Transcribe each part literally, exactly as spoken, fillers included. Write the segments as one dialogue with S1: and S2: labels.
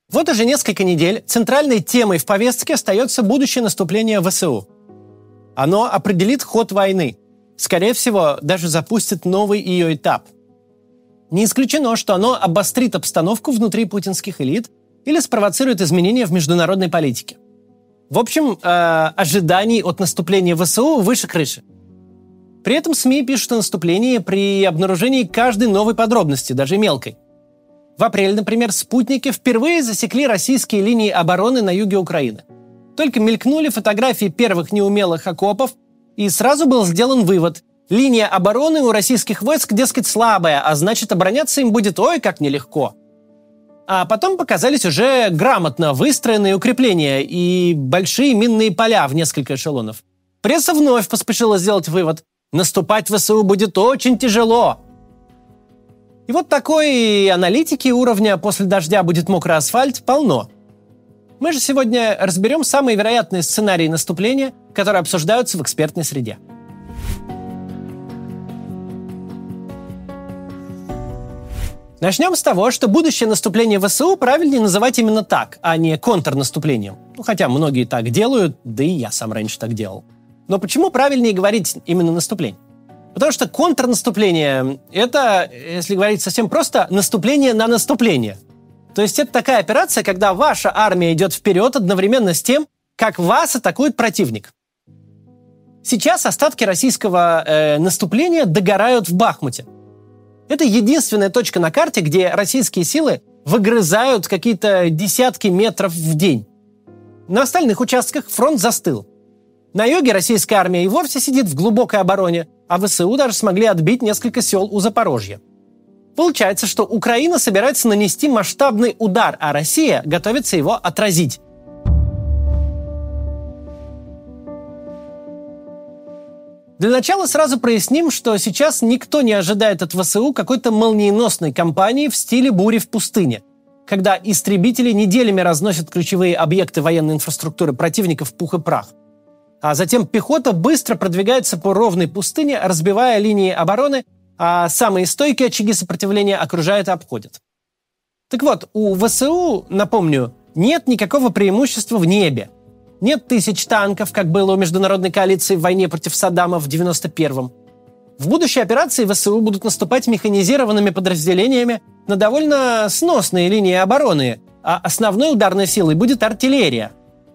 S1: Вот уже несколько недель центральной темой в повестке остается будущее наступление ВСУ. Оно определит ход войны. Скорее всего, даже запустит новый ее этап. Не исключено, что оно обострит обстановку внутри путинских элит или спровоцирует изменения в международной политике. В общем, э, ожиданий от наступления ВСУ выше крыши. При этом СМИ пишут о наступлении при обнаружении каждой новой подробности, даже мелкой. В апреле, например, спутники впервые засекли российские линии обороны на юге Украины. Только мелькнули фотографии первых неумелых окопов, и сразу был сделан вывод – линия обороны у российских войск, дескать, слабая, а значит, обороняться им будет ой как нелегко. А потом показались уже грамотно выстроенные укрепления и большие минные поля в несколько эшелонов. Пресса вновь поспешила сделать вывод – наступать в ВСУ будет очень тяжело. И вот такой аналитики уровня «после дождя будет мокрый асфальт» полно. Мы же сегодня разберем самые вероятные сценарии наступления, которые обсуждаются в экспертной среде. Начнем с того, что будущее наступление ВСУ правильнее называть именно так, а не контрнаступлением. Ну, хотя многие так делают, да и я сам раньше так делал. Но почему правильнее говорить именно наступление? Потому что контрнаступление – это, если говорить совсем просто, наступление на наступление. То есть это такая операция, когда ваша армия идет вперед одновременно с тем, как вас атакует противник. Сейчас остатки российского э, наступления догорают в Бахмуте. Это единственная точка на карте, где российские силы выгрызают какие-то десятки метров в день. На остальных участках фронт застыл. На юге российская армия и вовсе сидит в глубокой обороне, а ВСУ даже смогли отбить несколько сел у Запорожья. Получается, что Украина собирается нанести масштабный удар, а Россия готовится его отразить. Для начала сразу проясним, что сейчас никто не ожидает от ВСУ какой-то молниеносной кампании в стиле бури в пустыне, когда истребители неделями разносят ключевые объекты военной инфраструктуры противника в пух и прах. А затем пехота быстро продвигается по ровной пустыне, разбивая линии обороны, а самые стойкие очаги сопротивления окружают и обходят. Так вот, у ВСУ, напомню, нет никакого преимущества в небе. Нет тысяч танков, как было у международной коалиции в войне против Саддама в девяносто первом. В будущей операции ВСУ будут наступать механизированными подразделениями на довольно сносные линии обороны, а основной ударной силой будет артиллерия.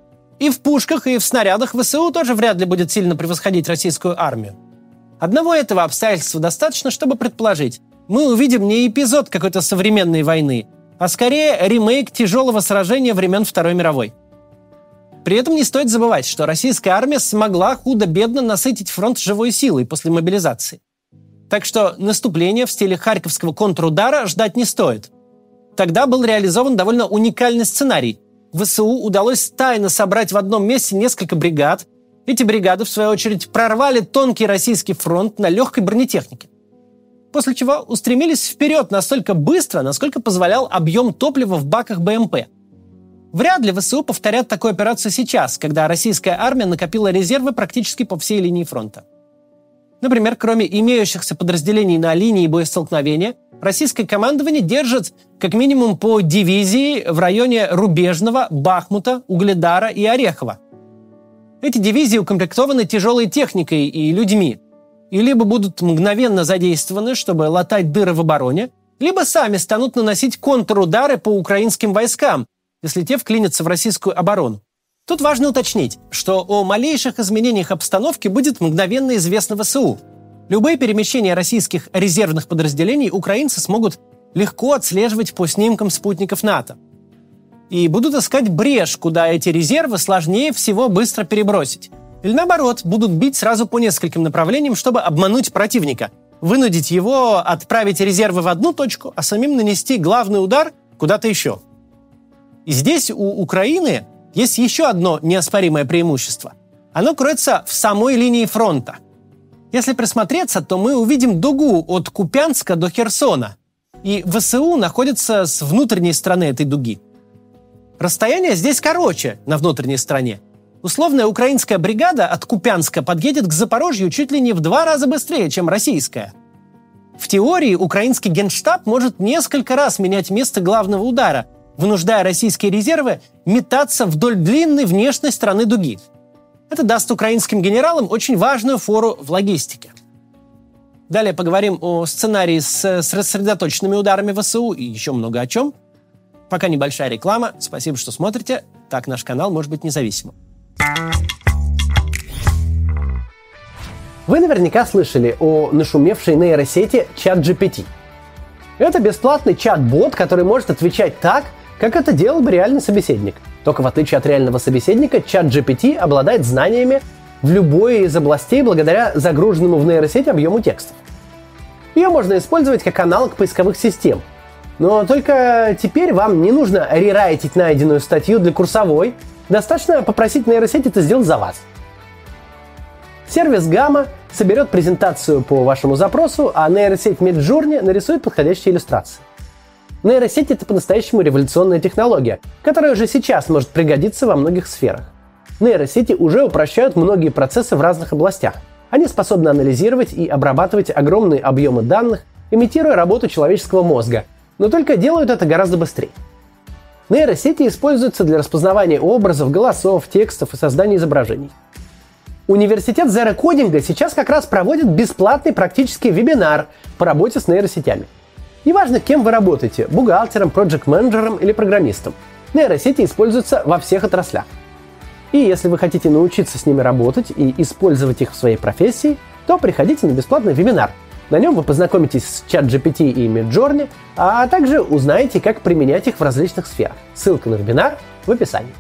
S1: И в пушках, и в снарядах ВСУ тоже вряд ли будет сильно превосходить российскую армию. Одного этого обстоятельства достаточно, чтобы предположить, мы увидим не эпизод какой-то современной войны, а скорее ремейк тяжелого сражения времен Второй мировой. При этом не стоит забывать, что российская армия смогла худо-бедно насытить фронт живой силой после мобилизации. Так что наступление в стиле харьковского контрудара ждать не стоит. Тогда был реализован довольно уникальный сценарий. ВСУ удалось тайно собрать в одном месте несколько бригад. Эти бригады, в свою очередь, прорвали тонкий российский фронт на легкой бронетехнике. После чего устремились вперед настолько быстро, насколько позволял объем топлива в баках БМП. Вряд ли ВСУ повторят такую операцию сейчас, когда российская армия накопила резервы практически по всей линии фронта. Например, кроме имеющихся подразделений на линии боестолкновения, российское командование держит как минимум по дивизии в районе Рубежного, Бахмута, Угледара и Орехова. Эти дивизии укомплектованы тяжелой техникой и людьми, и либо будут мгновенно задействованы, чтобы латать дыры в обороне, либо сами станут наносить контрудары по украинским войскам, если те вклинятся в российскую оборону. Тут важно уточнить, что о малейших изменениях обстановки будет мгновенно известно ВСУ. Любые перемещения российских резервных подразделений украинцы смогут легко отслеживать по снимкам спутников НАТО. И будут искать брешь, куда эти резервы сложнее всего быстро перебросить. Или наоборот, будут бить сразу по нескольким направлениям, чтобы обмануть противника, вынудить его отправить резервы в одну точку, а самим нанести главный удар куда-то еще. И здесь у Украины есть еще одно неоспоримое преимущество. Оно кроется в самой линии фронта. Если присмотреться, то мы увидим дугу от Купянска до Херсона. И ВСУ находится с внутренней стороны этой дуги. Расстояние здесь короче на внутренней стороне. Условная украинская бригада от Купянска подъедет к Запорожью чуть ли не в два раза быстрее, чем российская. В теории украинский генштаб может несколько раз менять место главного удара, вынуждая российские резервы метаться вдоль длинной внешней стороны дуги. Это даст украинским генералам очень важную фору в логистике. Далее поговорим о сценарии с, с рассредоточенными ударами ВСУ и еще много о чем. Пока небольшая реклама. Спасибо, что смотрите. Так наш канал может быть независимым.
S2: Вы наверняка слышали о нашумевшей нейросети ChatGPT. Это бесплатный чат-бот, который может отвечать так, как это делал бы реальный собеседник. Только в отличие от реального собеседника, ChatGPT обладает знаниями в любой из областей благодаря загруженному в нейросеть объему текстов. Ее можно использовать как аналог поисковых систем. Но только теперь вам не нужно рерайтить найденную статью для курсовой, достаточно попросить нейросеть это сделать за вас. Сервис Gamma соберет презентацию по вашему запросу, а нейросеть Midjourney нарисует подходящие иллюстрации. Нейросеть — это по-настоящему революционная технология, которая уже сейчас может пригодиться во многих сферах. Нейросети уже упрощают многие процессы в разных областях. Они способны анализировать и обрабатывать огромные объемы данных, имитируя работу человеческого мозга, но только делают это гораздо быстрее. Нейросети используются для распознавания образов, голосов, текстов и создания изображений. Университет Zero Coding сейчас как раз проводит бесплатный практический вебинар по работе с нейросетями. Неважно, кем вы работаете – бухгалтером, проект-менеджером или программистом. Нейросети используются во всех отраслях. И если вы хотите научиться с ними работать и использовать их в своей профессии, то приходите на бесплатный вебинар. На нем вы познакомитесь с ChatGPT и Midjourney, а также узнаете, как применять их в различных сферах. Ссылка на вебинар в описании.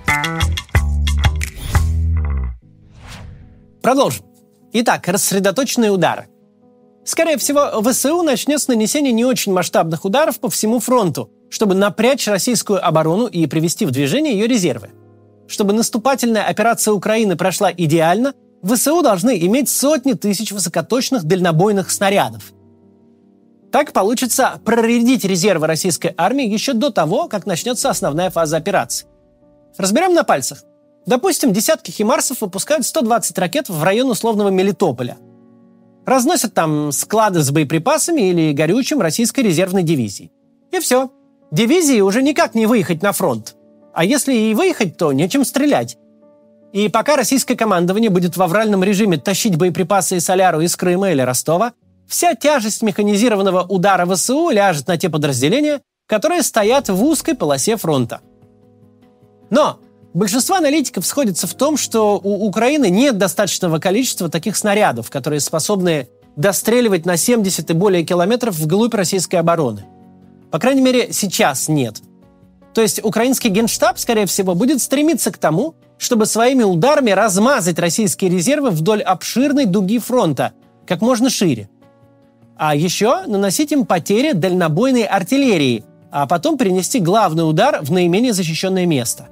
S1: Продолжим. Итак, рассредоточенные удары. Скорее всего, ВСУ начнет с нанесения не очень масштабных ударов по всему фронту, чтобы напрячь российскую оборону и привести в движение ее резервы. Чтобы наступательная операция Украины прошла идеально, ВСУ должны иметь сотни тысяч высокоточных дальнобойных снарядов. Так получится проредить резервы российской армии еще до того, как начнется основная фаза операции. Разберем на пальцах. Допустим, десятки химарсов выпускают сто двадцать ракет в район условного Мелитополя. Разносят там склады с боеприпасами или горючим российской резервной дивизии. И все. Дивизии уже никак не выехать на фронт. А если и выехать, то нечем стрелять. И пока российское командование будет в авральном режиме тащить боеприпасы и соляру из Крыма или Ростова, вся тяжесть механизированного удара ВСУ ляжет на те подразделения, которые стоят в узкой полосе фронта. Но большинство аналитиков сходятся в том, что у Украины нет достаточного количества таких снарядов, которые способны достреливать на семьдесят и более километров вглубь российской обороны. По крайней мере, сейчас нет. То есть украинский генштаб, скорее всего, будет стремиться к тому, чтобы своими ударами размазать российские резервы вдоль обширной дуги фронта, как можно шире. А еще наносить им потери дальнобойной артиллерии, а потом перенести главный удар в наименее защищенное место.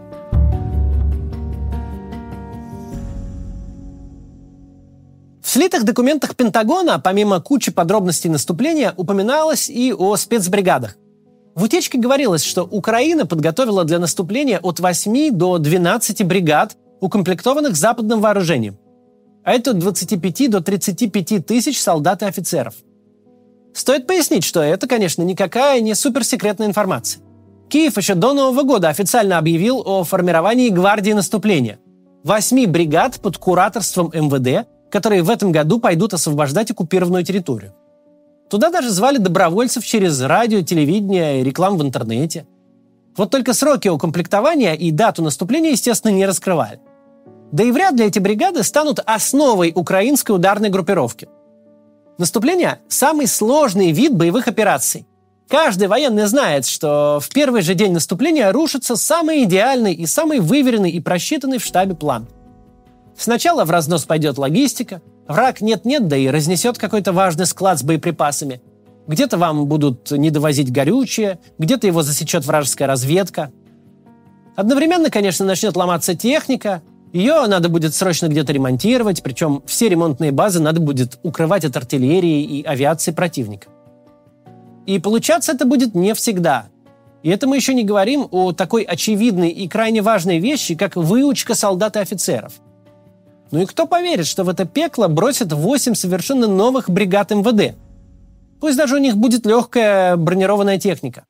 S1: В слитых документах Пентагона, помимо кучи подробностей наступления, упоминалось и о спецбригадах. В утечке говорилось, что Украина подготовила для наступления от восьми до двенадцати бригад, укомплектованных западным вооружением. А это от двадцати пяти до тридцати пяти тысяч солдат и офицеров. Стоит пояснить, что это, конечно, никакая не суперсекретная информация. Киев еще до Нового года официально объявил о формировании гвардии наступления. Восьми бригад под кураторством эм вэ дэ, которые в этом году пойдут освобождать оккупированную территорию. Туда даже звали добровольцев через радио, телевидение и рекламу в интернете. Вот только сроки укомплектования и дату наступления, естественно, не раскрывали. Да и вряд ли эти бригады станут основой украинской ударной группировки. Наступление – самый сложный вид боевых операций. Каждый военный знает, что в первый же день наступления рушится самый идеальный и самый выверенный и просчитанный в штабе план. Сначала в разнос пойдет логистика, враг нет-нет, да и разнесет какой-то важный склад с боеприпасами. Где-то вам будут не довозить горючее, где-то его засечет вражеская разведка. Одновременно, конечно, начнет ломаться техника, ее надо будет срочно где-то ремонтировать, причем все ремонтные базы надо будет укрывать от артиллерии и авиации противника. И получаться это будет не всегда. И это мы еще не говорим о такой очевидной и крайне важной вещи, как выучка солдат и офицеров. Ну и кто поверит, что в это пекло бросят восемь совершенно новых бригад эм вэ дэ? Пусть даже у них будет легкая бронированная техника.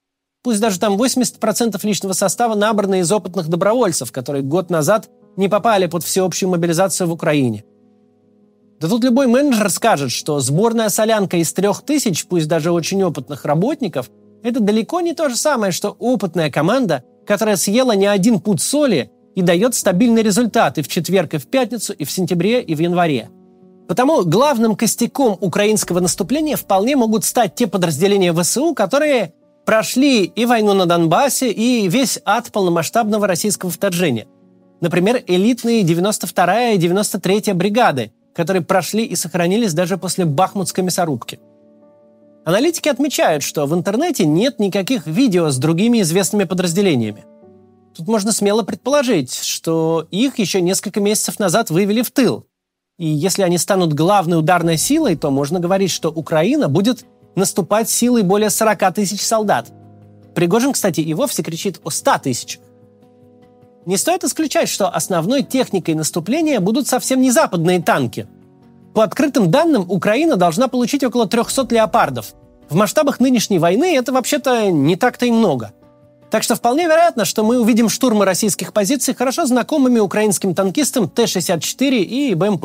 S1: Пусть даже там восемьдесят процентов личного состава набраны из опытных добровольцев, которые год назад не попали под всеобщую мобилизацию в Украине. Да тут любой менеджер скажет, что сборная солянка из трех тысяч, пусть даже очень опытных работников, это далеко не то же самое, что опытная команда, которая съела не один пуд соли и дает стабильный результат и в четверг, и в пятницу, и в сентябре, и в январе. Потому главным костяком украинского наступления вполне могут стать те подразделения ВСУ, которые прошли и войну на Донбассе, и весь ад полномасштабного российского вторжения. Например, элитные девяносто вторая и девяносто третья бригады, которые прошли и сохранились даже после Бахмутской мясорубки. Аналитики отмечают, что в интернете нет никаких видео с другими известными подразделениями. Тут можно смело предположить, что их еще несколько месяцев назад вывели в тыл. И если они станут главной ударной силой, то можно говорить, что Украина будет наступать силой более сорок тысяч солдат. Пригожин, кстати, и вовсе кричит о ста тысячах. Не стоит исключать, что основной техникой наступления будут совсем не западные танки. По открытым данным, Украина должна получить около трехсот леопардов. В масштабах нынешней войны это вообще-то не так-то и много. Так что вполне вероятно, что мы увидим штурмы российских позиций хорошо знакомыми украинским танкистам Т шестьдесят четыре и БМП.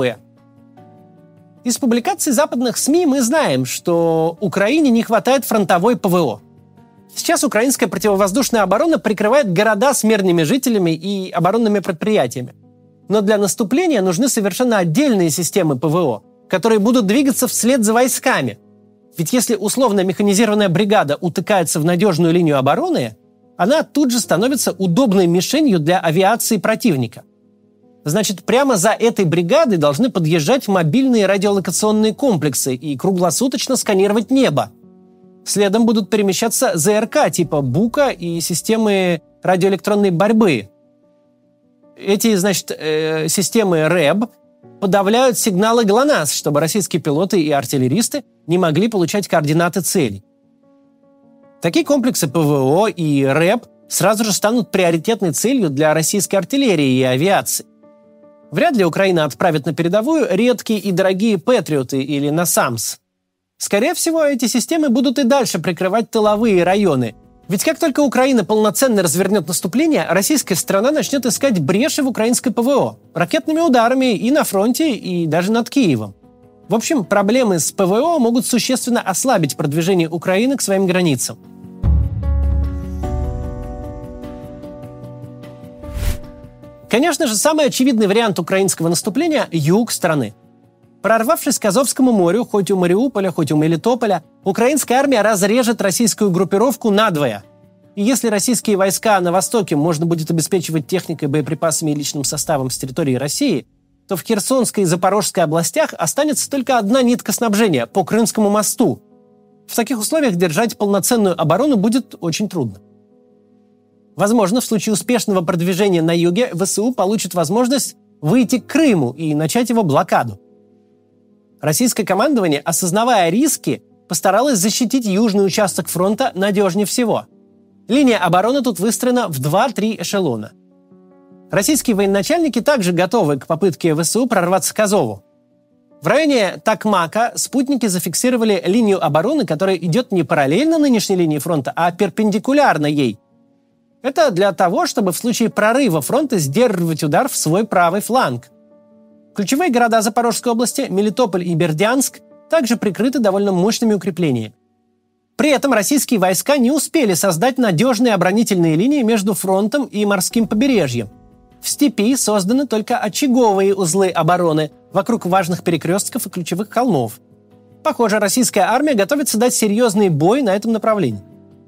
S1: Из публикаций западных СМИ мы знаем, что Украине не хватает фронтовой ПВО. Сейчас украинская противовоздушная оборона прикрывает города с мирными жителями и оборонными предприятиями. Но для наступления нужны совершенно отдельные системы ПВО, которые будут двигаться вслед за войсками. Ведь если условно механизированная бригада утыкается в надежную линию обороны, она тут же становится удобной мишенью для авиации противника. Значит, прямо за этой бригадой должны подъезжать мобильные радиолокационные комплексы и круглосуточно сканировать небо. Следом будут перемещаться ЗРК типа БУКа и системы радиоэлектронной борьбы. Эти, значит, э, системы РЭБ подавляют сигналы ГЛОНАСС, чтобы российские пилоты и артиллеристы не могли получать координаты целей. Такие комплексы ПВО и РЭБ сразу же станут приоритетной целью для российской артиллерии и авиации. Вряд ли Украина отправит на передовую редкие и дорогие «Патриоты» или «Насамс». Скорее всего, эти системы будут и дальше прикрывать тыловые районы. Ведь как только Украина полноценно развернет наступление, российская страна начнет искать бреши в украинской ПВО ракетными ударами и на фронте, и даже над Киевом. В общем, проблемы с ПВО могут существенно ослабить продвижение Украины к своим границам. Конечно же, самый очевидный вариант украинского наступления – юг страны. Прорвавшись к Азовскому морю, хоть у Мариуполя, хоть у Мелитополя, украинская армия разрежет российскую группировку надвое. И если российские войска на востоке можно будет обеспечивать техникой, боеприпасами и личным составом с территории России, то в Херсонской и Запорожской областях останется только одна нитка снабжения – по Крымскому мосту. В таких условиях держать полноценную оборону будет очень трудно. Возможно, в случае успешного продвижения на юге ВСУ получит возможность выйти к Крыму и начать его блокаду. Российское командование, осознавая риски, постаралось защитить южный участок фронта надежнее всего. Линия обороны тут выстроена в два-три эшелона. Российские военачальники также готовы к попытке ВСУ прорваться к Азову. В районе Токмака спутники зафиксировали линию обороны, которая идет не параллельно нынешней линии фронта, а перпендикулярно ей. Это для того, чтобы в случае прорыва фронта сдерживать удар в свой правый фланг. Ключевые города Запорожской области, Мелитополь и Бердянск, также прикрыты довольно мощными укреплениями. При этом российские войска не успели создать надежные оборонительные линии между фронтом и морским побережьем. В степи созданы только очаговые узлы обороны вокруг важных перекрестков и ключевых холмов. Похоже, российская армия готовится дать серьезный бой на этом направлении.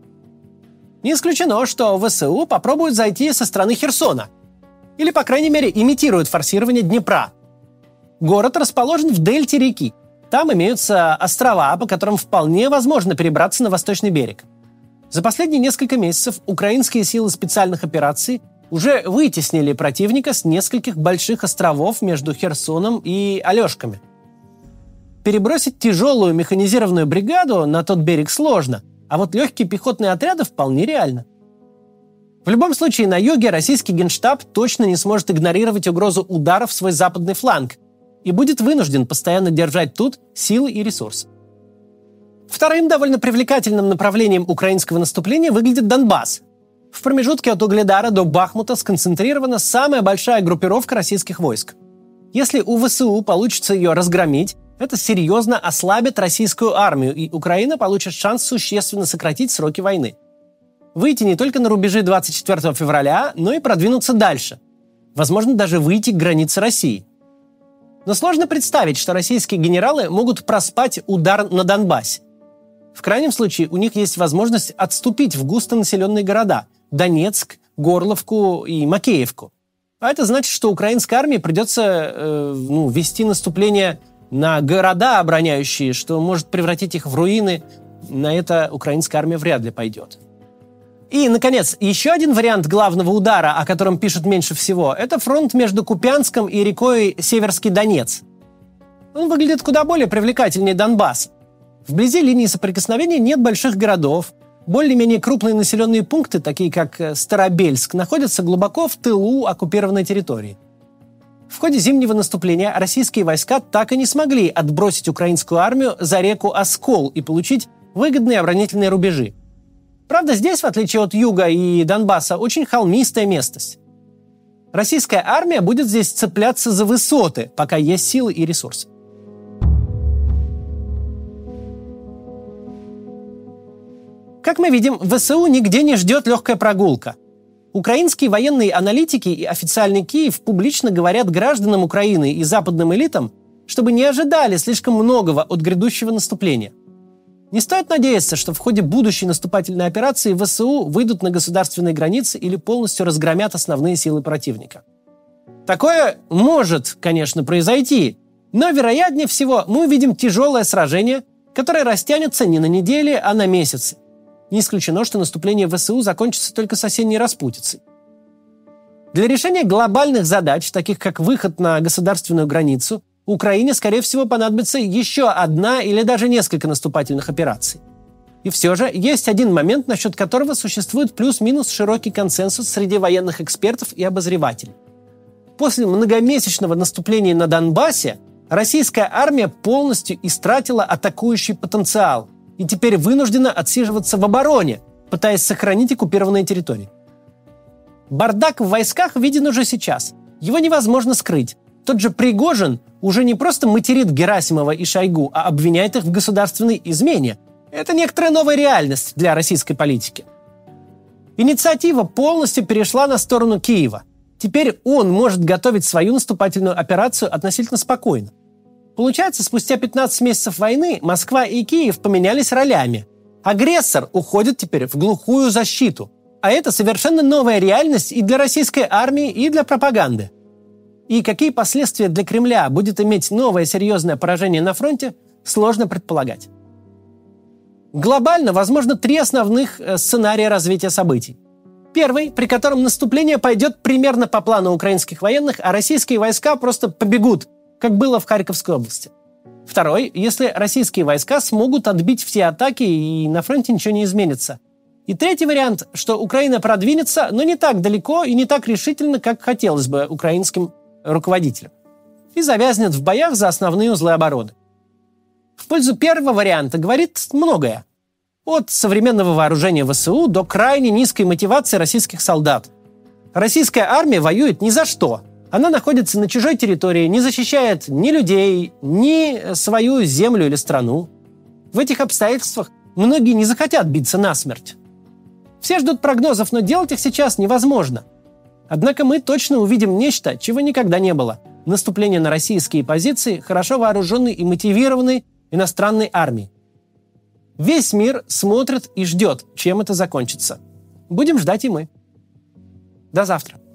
S1: Не исключено, что ВСУ попробуют зайти со стороны Херсона. Или, по крайней мере, имитируют форсирование Днепра. Город расположен в дельте реки. Там имеются острова, по которым вполне возможно перебраться на восточный берег. За последние несколько месяцев украинские силы специальных операций уже вытеснили противника с нескольких больших островов между Херсоном и Алешками. Перебросить тяжелую механизированную бригаду на тот берег сложно, а вот легкие пехотные отряды вполне реально. В любом случае, на юге российский генштаб точно не сможет игнорировать угрозу удара в свой западный фланг и будет вынужден постоянно держать тут силы и ресурсы. Вторым довольно привлекательным направлением украинского наступления выглядит Донбасс. В промежутке от Угледара до Бахмута сконцентрирована самая большая группировка российских войск. Если у ВСУ получится ее разгромить, это серьезно ослабит российскую армию, и Украина получит шанс существенно сократить сроки войны. Выйти не только на рубежи двадцать четвёртого февраля, но и продвинуться дальше. Возможно, даже выйти к границе России. Но сложно представить, что российские генералы могут проспать удар на Донбассе. В крайнем случае, у них есть возможность отступить в густонаселенные города – Донецк, Горловку и Макеевку. А это значит, что украинской армии придется э, ну, вести наступление на города обороняющие, что может превратить их в руины. На это украинская армия вряд ли пойдет. И, наконец, еще один вариант главного удара, о котором пишут меньше всего, это фронт между Купянском и рекой Северский Донец. Он выглядит куда более привлекательнее Донбасса. Вблизи линии соприкосновения нет больших городов. Более-менее крупные населенные пункты, такие как Старобельск, находятся глубоко в тылу оккупированной территории. В ходе зимнего наступления российские войска так и не смогли отбросить украинскую армию за реку Оскол и получить выгодные оборонительные рубежи. Правда, здесь, в отличие от юга и Донбасса, очень холмистая местность. Российская армия будет здесь цепляться за высоты, пока есть силы и ресурсы. Как мы видим, ВСУ нигде не ждет легкая прогулка. Украинские военные аналитики и официальный Киев публично говорят гражданам Украины и западным элитам, чтобы не ожидали слишком многого от грядущего наступления. Не стоит надеяться, что в ходе будущей наступательной операции ВСУ выйдут на государственные границы или полностью разгромят основные силы противника. Такое может, конечно, произойти, но, вероятнее всего, мы увидим тяжелое сражение, которое растянется не на недели, а на месяцы. Не исключено, что наступление ВСУ закончится только с осенней распутицей. Для решения глобальных задач, таких как выход на государственную границу, Украине, скорее всего, понадобится еще одна или даже несколько наступательных операций. И все же есть один момент, насчет которого существует плюс-минус широкий консенсус среди военных экспертов и обозревателей. После многомесячного наступления на Донбассе российская армия полностью истратила атакующий потенциал и теперь вынуждена отсиживаться в обороне, пытаясь сохранить оккупированные территории. Бардак в войсках виден уже сейчас. Его невозможно скрыть. Тот же Пригожин уже не просто материт Герасимова и Шойгу, а обвиняет их в государственной измене. Это некоторая новая реальность для российской политики. Инициатива полностью перешла на сторону Киева. Теперь он может готовить свою наступательную операцию относительно спокойно. Получается, спустя пятнадцать месяцев войны Москва и Киев поменялись ролями. Агрессор уходит теперь в глухую защиту. А это совершенно новая реальность и для российской армии, и для пропаганды. И какие последствия для Кремля будет иметь новое серьезное поражение на фронте, сложно предполагать. Глобально возможно три основных сценария развития событий. Первый, при котором наступление пойдет примерно по плану украинских военных, а российские войска просто побегут, как было в Харьковской области. Второй, если российские войска смогут отбить все атаки и на фронте ничего не изменится. И третий вариант, что Украина продвинется, но не так далеко и не так решительно, как хотелось бы украинским руководителям, и завязнет в боях за основные узлы обороны. В пользу первого варианта говорит многое. От современного вооружения ВСУ до крайне низкой мотивации российских солдат. Российская армия воюет ни за что. Она находится на чужой территории, не защищает ни людей, ни свою землю или страну. В этих обстоятельствах многие не захотят биться насмерть. Все ждут прогнозов, но делать их сейчас невозможно. Однако мы точно увидим нечто, чего никогда не было. Наступление на российские позиции хорошо вооруженной и мотивированной иностранной армии. Весь мир смотрит и ждет, чем это закончится. Будем ждать и мы. До завтра.